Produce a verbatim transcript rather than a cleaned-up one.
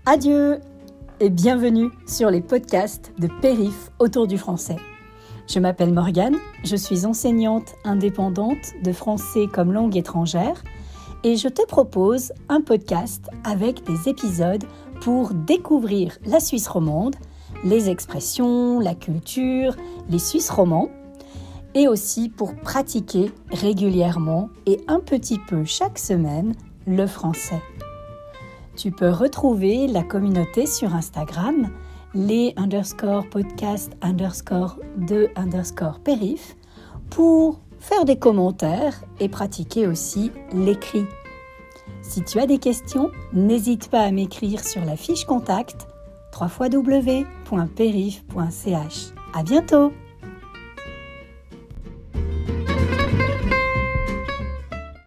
Adieu et bienvenue sur les podcasts de Périph' autour du français. Je m'appelle Morgane, je suis enseignante indépendante de français comme langue étrangère et je te propose un podcast avec des épisodes pour découvrir la Suisse romande, les expressions, la culture, les Suisses romands et aussi pour pratiquer régulièrement et un petit peu chaque semaine le français. Tu peux retrouver la communauté sur Instagram, les underscore podcast underscore de underscore périph, pour faire des commentaires et pratiquer aussi l'écrit. Si tu as des questions, n'hésite pas à m'écrire sur la fiche contact w w w point périph point c h. À bientôt!